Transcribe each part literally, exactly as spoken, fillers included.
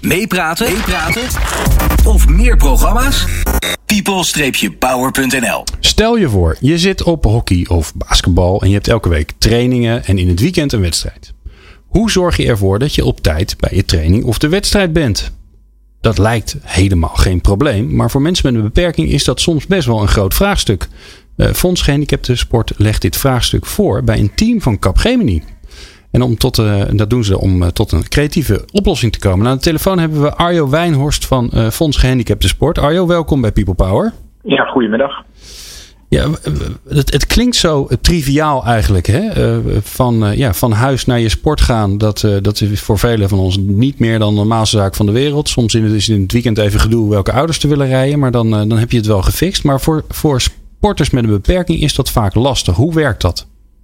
Meepraten? Meepraten? Of meer programma's? people power punt n l. Stel je voor, je zit op hockey of basketbal en je hebt elke week trainingen en in het weekend een wedstrijd. Hoe zorg je ervoor dat je op tijd bij je training of de wedstrijd bent? Dat lijkt helemaal geen probleem, maar voor mensen met een beperking is dat soms best wel een groot vraagstuk. Uh, Fonds Gehandicapten Sport legt dit vraagstuk voor bij een team van Capgemini. En om tot, uh, dat doen ze om uh, tot een creatieve oplossing te komen. Aan de telefoon hebben we Arjo Wijnhorst van uh, Fonds Gehandicapten Sport. Arjo, welkom bij People Power. Ja, goedemiddag. Ja, het, het klinkt zo triviaal eigenlijk, hè? Uh, van, uh, ja, van huis naar je sport gaan. Dat, uh, dat is voor velen van ons niet meer dan de normaalste zaak van de wereld. Soms is het in het weekend even gedoe welke ouders te willen rijden. Maar dan, uh, dan heb je het wel gefixt. Maar voor, voor sporters met een beperking is dat vaak lastig. Hoe werkt dat?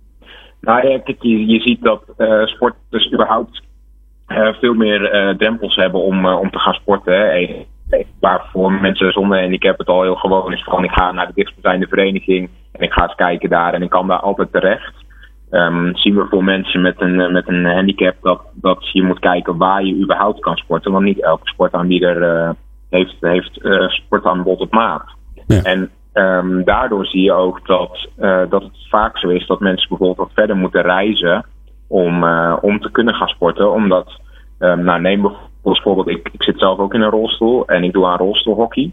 Nou ja, kijk, je, je ziet dat uh, sporters überhaupt uh, veel meer uh, drempels hebben om, uh, om te gaan sporten. Hè. Waar voor mensen zonder handicap het al heel gewoon is van ik ga naar de dichtstbijzijnde vereniging en ik ga eens kijken daar en ik kan daar altijd terecht. Um, zien we voor mensen met een, met een handicap dat, dat je moet kijken waar je überhaupt kan sporten. Want niet elke sportaanbieder uh, heeft, heeft uh, sportaanbod op maat. Ja. En um, daardoor zie je ook dat, uh, dat het vaak zo is dat mensen bijvoorbeeld wat verder moeten reizen om, uh, om te kunnen gaan sporten. Omdat, um, nou neem bijvoorbeeld, ik, ik zit zelf ook in een rolstoel en ik doe aan rolstoelhockey.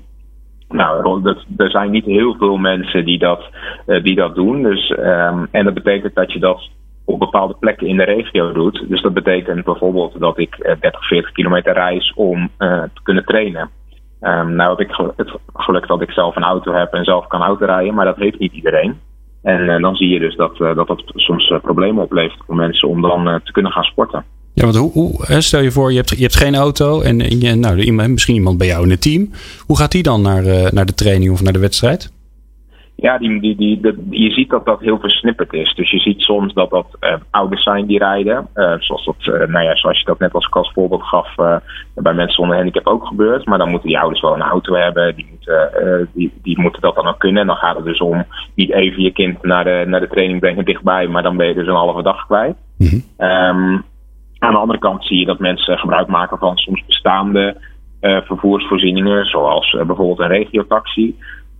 Nou, dat, er zijn niet heel veel mensen die dat, uh, die dat doen. Dus, um, en dat betekent dat je dat op bepaalde plekken in de regio doet. Dus dat betekent bijvoorbeeld dat ik uh, dertig, veertig kilometer reis om uh, te kunnen trainen. Um, nou heb ik gel- het geluk dat ik zelf een auto heb en zelf kan autorijden, maar dat heeft niet iedereen. En uh, dan zie je dus dat uh, dat, dat soms uh, problemen oplevert voor mensen om dan uh, te kunnen gaan sporten. Ja, want hoe, hoe, stel je voor, je hebt, je hebt geen auto en je, nou, misschien iemand bij jou in het team. Hoe gaat die dan naar, uh, naar de training of naar de wedstrijd? Ja, die, die, die, die, je ziet dat dat heel versnipperd is. Dus je ziet soms dat dat uh, ouders zijn die rijden. Uh, zoals, dat, uh, nou ja, zoals je dat net als, als voorbeeld gaf uh, bij mensen zonder handicap ook gebeurt. Maar dan moeten die ouders wel een auto hebben. Die moeten, uh, die, die moeten dat dan ook kunnen. En dan gaat het dus om niet even je kind naar de, naar de training brengen dichtbij. Maar dan ben je dus een halve dag kwijt. Mm-hmm. Um, Aan de andere kant zie je dat mensen gebruik maken van soms bestaande uh, vervoersvoorzieningen, zoals uh, bijvoorbeeld een regiotaxi.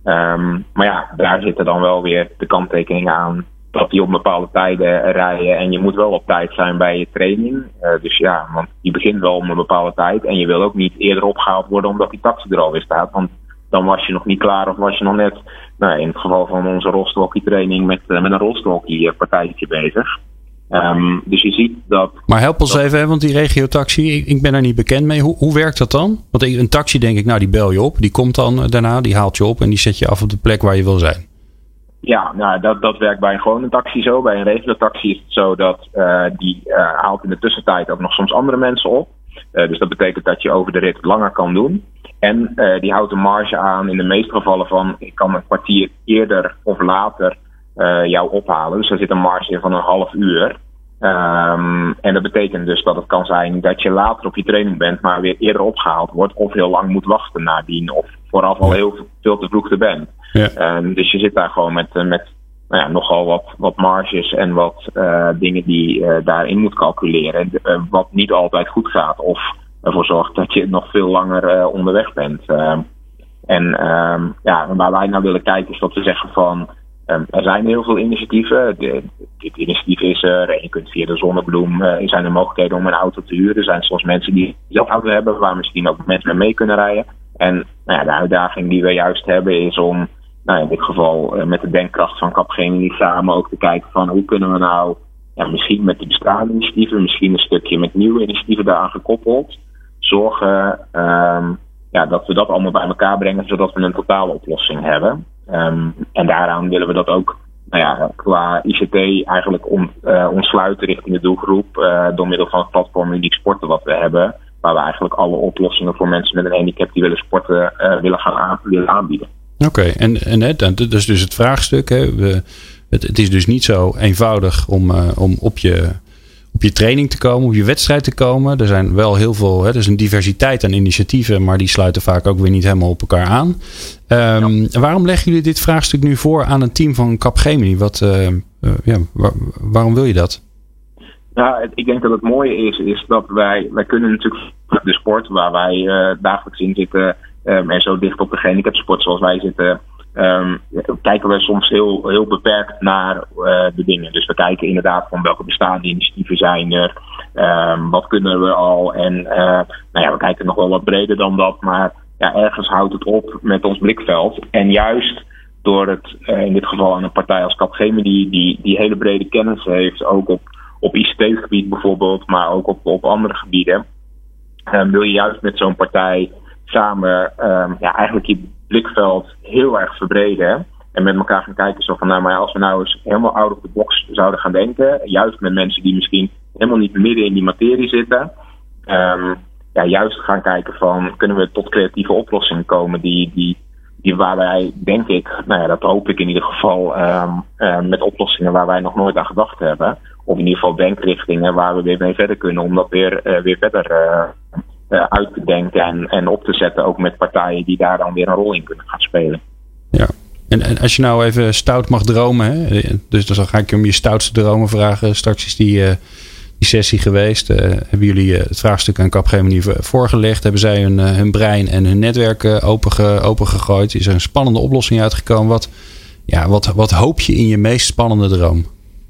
Um, maar ja, daar zitten dan wel weer de kanttekeningen aan dat die op bepaalde tijden rijden en je moet wel op tijd zijn bij je training. Uh, dus ja, want je begint wel om een bepaalde tijd en je wil ook niet eerder opgehaald worden omdat die taxi er alweer staat. Want dan was je nog niet klaar of was je nog net, nou, in het geval van onze rolstoelhockeytraining, met, uh, met een rolstoelhockeypartijtje bezig. Um, dus je ziet dat... Maar help ons dat, even, hè, want die regiotaxi, ik, ik ben daar niet bekend mee. Hoe, hoe werkt dat dan? Want een taxi denk ik, nou die bel je op. Die komt dan daarna, die haalt je op en die zet je af op de plek waar je wil zijn. Ja, nou dat, dat werkt bij een gewone taxi zo. Bij een regiotaxi is het zo dat uh, die uh, haalt in de tussentijd ook nog soms andere mensen op. Uh, dus dat betekent dat je over de rit langer kan doen. En uh, die houdt een marge aan in de meeste gevallen van ik kan een kwartier eerder of later Uh, jou ophalen. Dus er zit een marge in van een half uur. Um, en dat betekent dus dat het kan zijn dat je later op je training bent, maar weer eerder opgehaald wordt, of heel lang moet wachten nadien, of vooraf al heel veel te vroeg te bent. Ja. Um, dus je zit daar gewoon met, uh, met nou ja, nogal wat, wat marges en wat uh, dingen die uh, daarin moet calculeren. Uh, wat niet altijd goed gaat, of ervoor zorgt dat je nog veel langer uh, onderweg bent. Uh, en um, ja, waar wij naar willen kijken is dat we zeggen van Um, er zijn heel veel initiatieven. De, dit initiatief is er. Uh, je kunt via de Zonnebloem uh, zijn er mogelijkheden om een auto te huren. Er zijn soms mensen die zelf auto hebben, waar misschien ook mensen mee, mee kunnen rijden. En nou ja, de uitdaging die we juist hebben is om, nou in dit geval uh, met de denkkracht van Capgemini samen ook te kijken van hoe kunnen we nou, ja, misschien met die bestaande initiatieven, misschien een stukje met nieuwe initiatieven daaraan gekoppeld, zorgen um, ja, dat we dat allemaal bij elkaar brengen, zodat we een totale oplossing hebben. Um, en daaraan willen we dat ook, nou ja, qua I C T eigenlijk on, uh, ontsluiten richting de doelgroep uh, door middel van het platform Uniek Sporten wat we hebben, waar we eigenlijk alle oplossingen voor mensen met een handicap die willen sporten uh, willen gaan aan, willen aanbieden. Oké, okay, en, en hè, dat is dus het vraagstuk. Hè. We, het, het is dus niet zo eenvoudig om, uh, om op je op je training te komen, op je wedstrijd te komen. Er zijn wel heel veel, hè, er is een diversiteit aan initiatieven, maar die sluiten vaak ook weer niet helemaal op elkaar aan. Um, ja. Waarom leggen jullie dit vraagstuk nu voor aan een team van Capgemini? Wat, uh, uh, ja, waar, waarom wil je dat? Ja, ik denk dat het mooie is, is dat wij, wij kunnen natuurlijk de sport waar wij uh, dagelijks in zitten um, en zo dicht op de gehandicaptensport zoals wij zitten, um, kijken we soms heel, heel beperkt naar uh, de dingen. Dus we kijken inderdaad van welke bestaande initiatieven zijn er, um, wat kunnen we al en uh, nou ja, we kijken nog wel wat breder dan dat, maar ja, ergens houdt het op met ons blikveld. En juist door het uh, in dit geval aan een partij als Capgemini die, die hele brede kennis heeft, ook op Op I C T-gebied bijvoorbeeld, maar ook op, op andere gebieden. Um, wil je juist met zo'n partij samen um, ja, eigenlijk je blikveld heel erg verbreden. En met elkaar gaan kijken zo van, nou maar als we nou eens helemaal out of the box zouden gaan denken. Juist met mensen die misschien helemaal niet midden in die materie zitten. Um, ja, juist gaan kijken van, kunnen we tot creatieve oplossingen komen die, die, die waar wij, denk ik, nou ja, dat hoop ik in ieder geval, um, um, met oplossingen waar wij nog nooit aan gedacht hebben. Of in ieder geval denkrichtingen waar we weer mee verder kunnen om dat weer, uh, weer verder uh, uh, uit te denken en, en op te zetten. Ook met partijen die daar dan weer een rol in kunnen gaan spelen. Ja, en, en als je nou even stout mag dromen, hè? Dus dan ga ik je om je stoutste dromen vragen. Straks is die, uh, die sessie geweest. Uh, hebben jullie uh, het vraagstuk aan Capgemini voorgelegd? Hebben zij hun, uh, hun brein en hun netwerk uh, openge, opengegooid? Is er een spannende oplossing uitgekomen? Wat, ja, wat, wat hoop je in je meest spannende droom?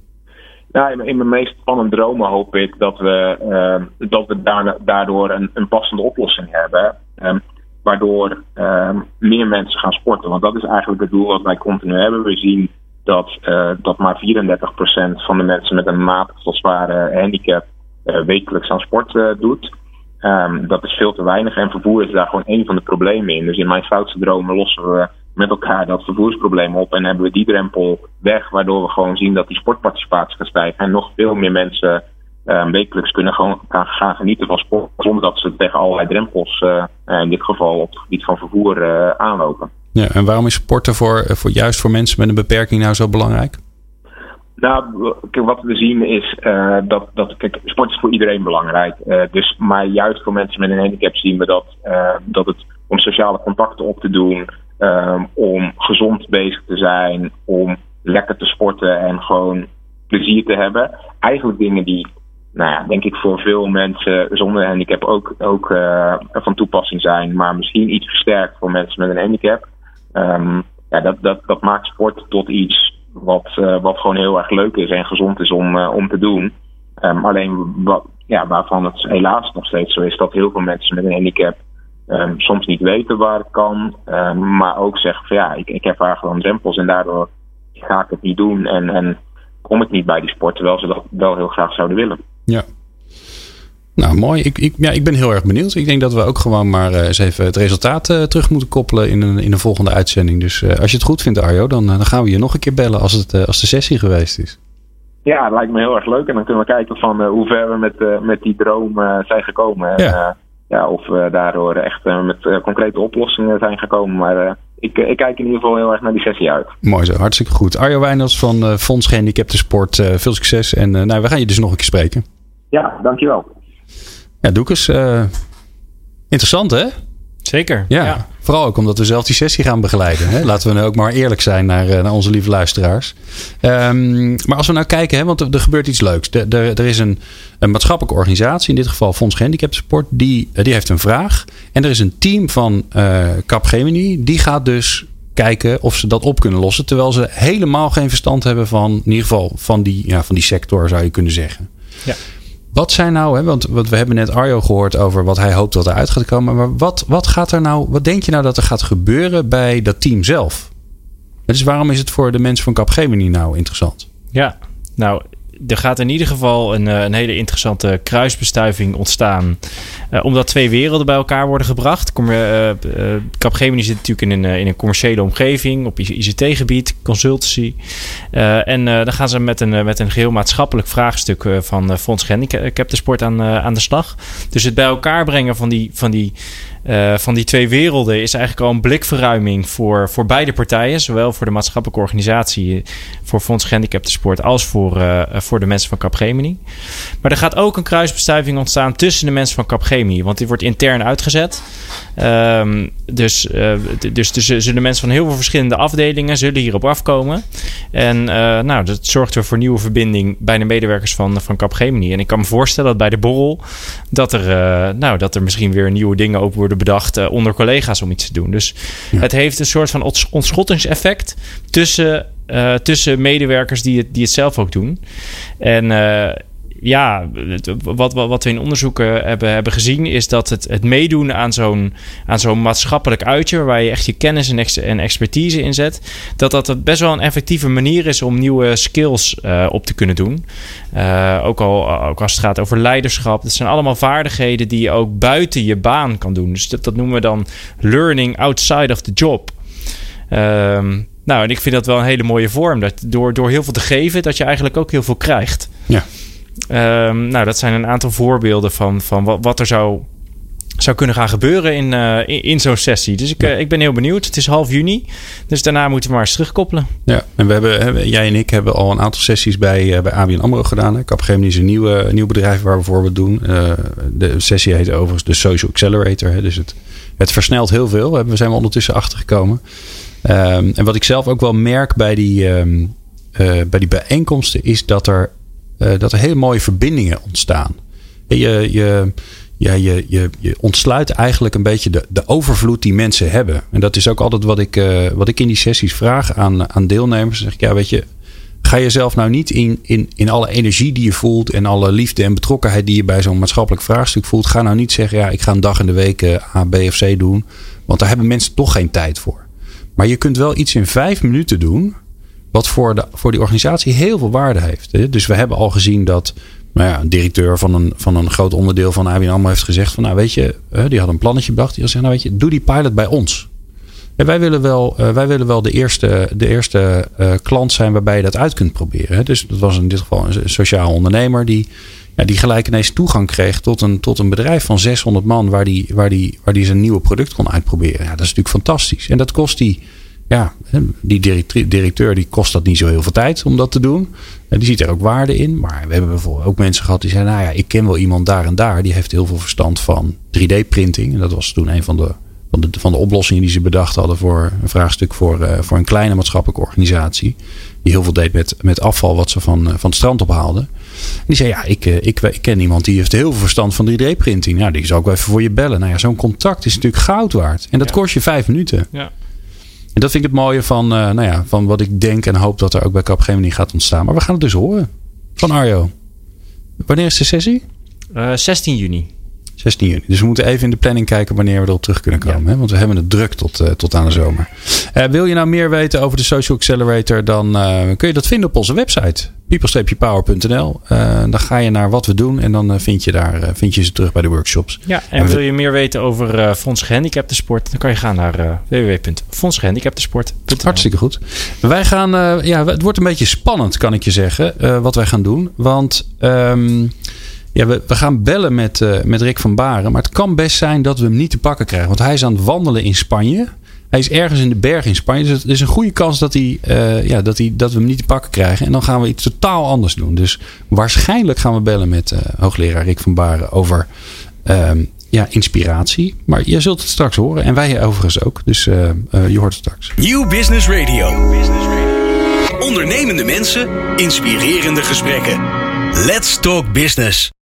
Nou, in, in mijn meest spannende dromen hoop ik dat we, uh, dat we daarna, daardoor een, een passende oplossing hebben. Um, waardoor um, meer mensen gaan sporten. Want dat is eigenlijk het doel wat wij continu hebben. We zien dat, uh, dat maar vierendertig procent van de mensen met een matig tot zware handicap uh, wekelijks aan sport uh, doet. Um, dat is veel te weinig en vervoer is daar gewoon één van de problemen in. Dus in mijn stoutste dromen lossen we met elkaar dat vervoersprobleem op en hebben we die drempel weg, waardoor we gewoon zien dat die sportparticipatie gaat stijgen en nog veel meer mensen uh, wekelijks kunnen gewoon gaan, gaan genieten van sport zonder dat ze tegen allerlei drempels, uh, in dit geval op het gebied van vervoer, uh, aanlopen. Ja, en waarom is sporten voor, voor juist voor mensen met een beperking nou zo belangrijk? Nou, wat we zien is uh, dat, dat kijk, sport is voor iedereen belangrijk. Uh, dus, maar juist voor mensen met een handicap zien we dat, uh, dat het om sociale contacten op te doen, um, om gezond bezig te zijn, om lekker te sporten en gewoon plezier te hebben. Eigenlijk dingen die, nou ja, denk ik voor veel mensen zonder handicap ook, ook uh, van toepassing zijn, maar misschien iets versterkt voor mensen met een handicap. Um, ja, dat, dat, dat maakt sport tot iets wat, uh, wat gewoon heel erg leuk is en gezond is om, uh, om te doen. Um, alleen wat, ja, waarvan het helaas nog steeds zo is dat heel veel mensen met een handicap um, soms niet weten waar het kan, um, maar ook zeggen van ja, ik, ik heb eigenlijk gewoon drempels en daardoor ga ik het niet doen en, en kom ik niet bij die sport, terwijl ze dat wel heel graag zouden willen. Ja. Nou, mooi. Ik, ik, ja, ik ben heel erg benieuwd. Ik denk dat we ook gewoon maar uh, eens even het resultaat uh, terug moeten koppelen in een, in een volgende uitzending. Dus uh, als je het goed vindt, Arjo, dan, uh, dan gaan we je nog een keer bellen als, het, uh, als de sessie geweest is. Ja, het lijkt me heel erg leuk. En dan kunnen we kijken van uh, hoe ver we met, uh, met die droom uh, zijn gekomen. Ja. En, uh, ja, of we daardoor echt uh, met uh, concrete oplossingen zijn gekomen. Maar uh, ik, uh, ik kijk in ieder geval heel erg naar die sessie uit. Mooi zo, hartstikke goed. Arjo Wijnands van uh, Fonds Gehandicaptensport. Uh, veel succes. En uh, nou, we gaan je dus nog een keer spreken. Ja, dankjewel. Ja, Doekes, uh, interessant hè? Zeker. Ja, ja, vooral ook omdat we zelf die sessie gaan begeleiden. Hè? Laten we nou ook maar eerlijk zijn naar, naar onze lieve luisteraars. Um, maar als we nou kijken, hè, want er, er gebeurt iets leuks. Er, er, er is een, een maatschappelijke organisatie, in dit geval Fonds Gehandicaptensport, die, die heeft een vraag. En er is een team van uh, Capgemini, die gaat dus kijken of ze dat op kunnen lossen. Terwijl ze helemaal geen verstand hebben van, in ieder geval van die, ja, van die sector zou je kunnen zeggen. Ja. Wat zijn nou, hè, want, want we hebben net Arjo gehoord over wat hij hoopt dat eruit gaat komen. Maar wat, wat gaat er nou, wat denk je nou dat er gaat gebeuren bij dat team zelf? Dus waarom is het voor de mensen van Capgemini nou interessant? Ja, nou, er gaat in ieder geval een, een hele interessante kruisbestuiving ontstaan. Uh, omdat twee werelden bij elkaar worden gebracht. Kom, uh, uh, Capgemini zit natuurlijk in een, in een commerciële omgeving. Op I C T-gebied, consultancy. Uh, en uh, dan gaan ze met een, met een geheel maatschappelijk vraagstuk uh, van uh, Fonds Gehandicaptensport aan, uh, aan de slag. Dus het bij elkaar brengen van die, van die, uh, van die twee werelden is eigenlijk al een blikverruiming voor, voor beide partijen. Zowel voor de maatschappelijke organisatie, voor Fonds Gehandicaptensport, als voor, uh, voor de mensen van Capgemini. Maar er gaat ook een kruisbestuiving ontstaan tussen de mensen van Capgemini. Want die wordt intern uitgezet. Um, dus, uh, dus, dus zullen mensen van heel veel verschillende afdelingen zullen hierop afkomen. En uh, nou, dat zorgt weer voor nieuwe verbinding bij de medewerkers van, van Capgemini. En ik kan me voorstellen dat bij de borrel dat er, uh, nou, dat er misschien weer nieuwe dingen ook worden bedacht uh, onder collega's om iets te doen. Dus ja. Het heeft een soort van ontschottingseffect tussen, uh, tussen medewerkers die het, die het zelf ook doen. En uh, ja, wat, wat, wat we in onderzoeken hebben, hebben gezien is dat het, het meedoen aan zo'n, aan zo'n maatschappelijk uitje, waar je echt je kennis en, ex, en expertise inzet, dat dat best wel een effectieve manier is om nieuwe skills uh, op te kunnen doen. Uh, ook, al, ook als het gaat over leiderschap. Dat zijn allemaal vaardigheden die je ook buiten je baan kan doen. Dus dat, dat noemen we dan learning outside of the job. Um, nou, en ik vind dat wel een hele mooie vorm. Dat door, door heel veel te geven, dat je eigenlijk ook heel veel krijgt. Ja. Um, nou, dat zijn een aantal voorbeelden van, van wat, wat er zou, zou kunnen gaan gebeuren in, uh, in, in zo'n sessie. Dus ik, ja. uh, ik ben heel benieuwd. Het is half juni, dus daarna moeten we maar eens terugkoppelen. Ja, en we hebben, jij en ik hebben al een aantal sessies bij, uh, bij A B N AMRO gedaan. Capgemini is een nieuw, nieuw bedrijf waar we voor het doen. Uh, de sessie heet overigens de Social Accelerator. Hè, dus het, het versnelt heel veel. We, hebben, we zijn we ondertussen achtergekomen. Um, en wat ik zelf ook wel merk bij die, um, uh, bij die bijeenkomsten is dat er Uh, dat er hele mooie verbindingen ontstaan. Je, je, ja, je, je, je ontsluit eigenlijk een beetje de, de overvloed die mensen hebben. En dat is ook altijd wat ik, uh, wat ik in die sessies vraag aan, aan deelnemers. Dan zeg ik, ja, weet je, ga jezelf nou niet in, in, in alle energie die je voelt en alle liefde en betrokkenheid die je bij zo'n maatschappelijk vraagstuk voelt. Ga nou niet zeggen, ja, ik ga een dag in de week uh, A, B of C doen. Want daar hebben mensen toch geen tijd voor. Maar je kunt wel iets in vijf minuten doen wat voor, de, voor die organisatie heel veel waarde heeft. Hè? Dus we hebben al gezien dat nou ja, een directeur van een, van een groot onderdeel van A B N AMRO heeft gezegd van, nou weet je, die had een plannetje bedacht. Die had gezegd, nou weet je, doe die pilot bij ons. En wij willen wel, uh, wij willen wel de eerste, de eerste uh, klant zijn waarbij je dat uit kunt proberen. Hè? Dus dat was in dit geval een sociaal ondernemer die, ja, die gelijk ineens toegang kreeg tot een, tot een bedrijf van zeshonderd man waar die, waar die, waar die zijn nieuwe product kon uitproberen. Ja, dat is natuurlijk fantastisch. En dat kost die Ja, die directeur die kost dat niet zo heel veel tijd om dat te doen. Die ziet er ook waarde in. Maar we hebben bijvoorbeeld ook mensen gehad die zeiden, nou ja, ik ken wel iemand daar en daar. Die heeft heel veel verstand van drie D-printing. En dat was toen een van de, van de, van de oplossingen die ze bedacht hadden voor een vraagstuk voor, uh, voor een kleine maatschappelijke organisatie. Die heel veel deed met, met afval wat ze van, uh, van het strand ophaalden. En die zei, ja, ik, uh, ik, ik ken iemand die heeft heel veel verstand van drie D-printing. Nou, die zou ik wel even voor je bellen. Nou ja, zo'n contact is natuurlijk goud waard. En dat ja. kost je vijf minuten. Ja. En dat vind ik het mooie van, uh, nou ja, van wat ik denk en hoop dat er ook bij Capgemini gaat ontstaan. Maar we gaan het dus horen. Van Arjo. Wanneer is de sessie? Uh, zestien juni. zestien juni. Dus we moeten even in de planning kijken wanneer we erop terug kunnen komen. Ja. Hè? Want we hebben het druk tot, uh, tot aan de zomer. Uh, wil je nou meer weten over de Social Accelerator? Dan uh, kun je dat vinden op onze website. people power punt n l. Uh, dan ga je naar wat we doen. En dan uh, vind, je daar, uh, vind je ze terug bij de workshops. Ja, en, en wil we... je meer weten over uh, Fonds Gehandicaptensport? Dan kan je gaan naar uh, w w w punt fonds gehandicaptensport punt n l. Hartstikke goed. Wij gaan, uh, ja, het wordt een beetje spannend, kan ik je zeggen. Uh, wat wij gaan doen. Want Um, Ja, we, we gaan bellen met, uh, met Rick van Baren. Maar het kan best zijn dat we hem niet te pakken krijgen. Want hij is aan het wandelen in Spanje. Hij is ergens in de bergen in Spanje. Dus het is een goede kans dat, hij, uh, ja, dat, hij, dat we hem niet te pakken krijgen. En dan gaan we iets totaal anders doen. Dus waarschijnlijk gaan we bellen met uh, hoogleraar Rick van Baren over um, ja, inspiratie. Maar je zult het straks horen. En wij overigens ook. Dus uh, uh, je hoort het straks. Nieuw Business Radio. Ondernemende mensen, inspirerende gesprekken. Let's talk business.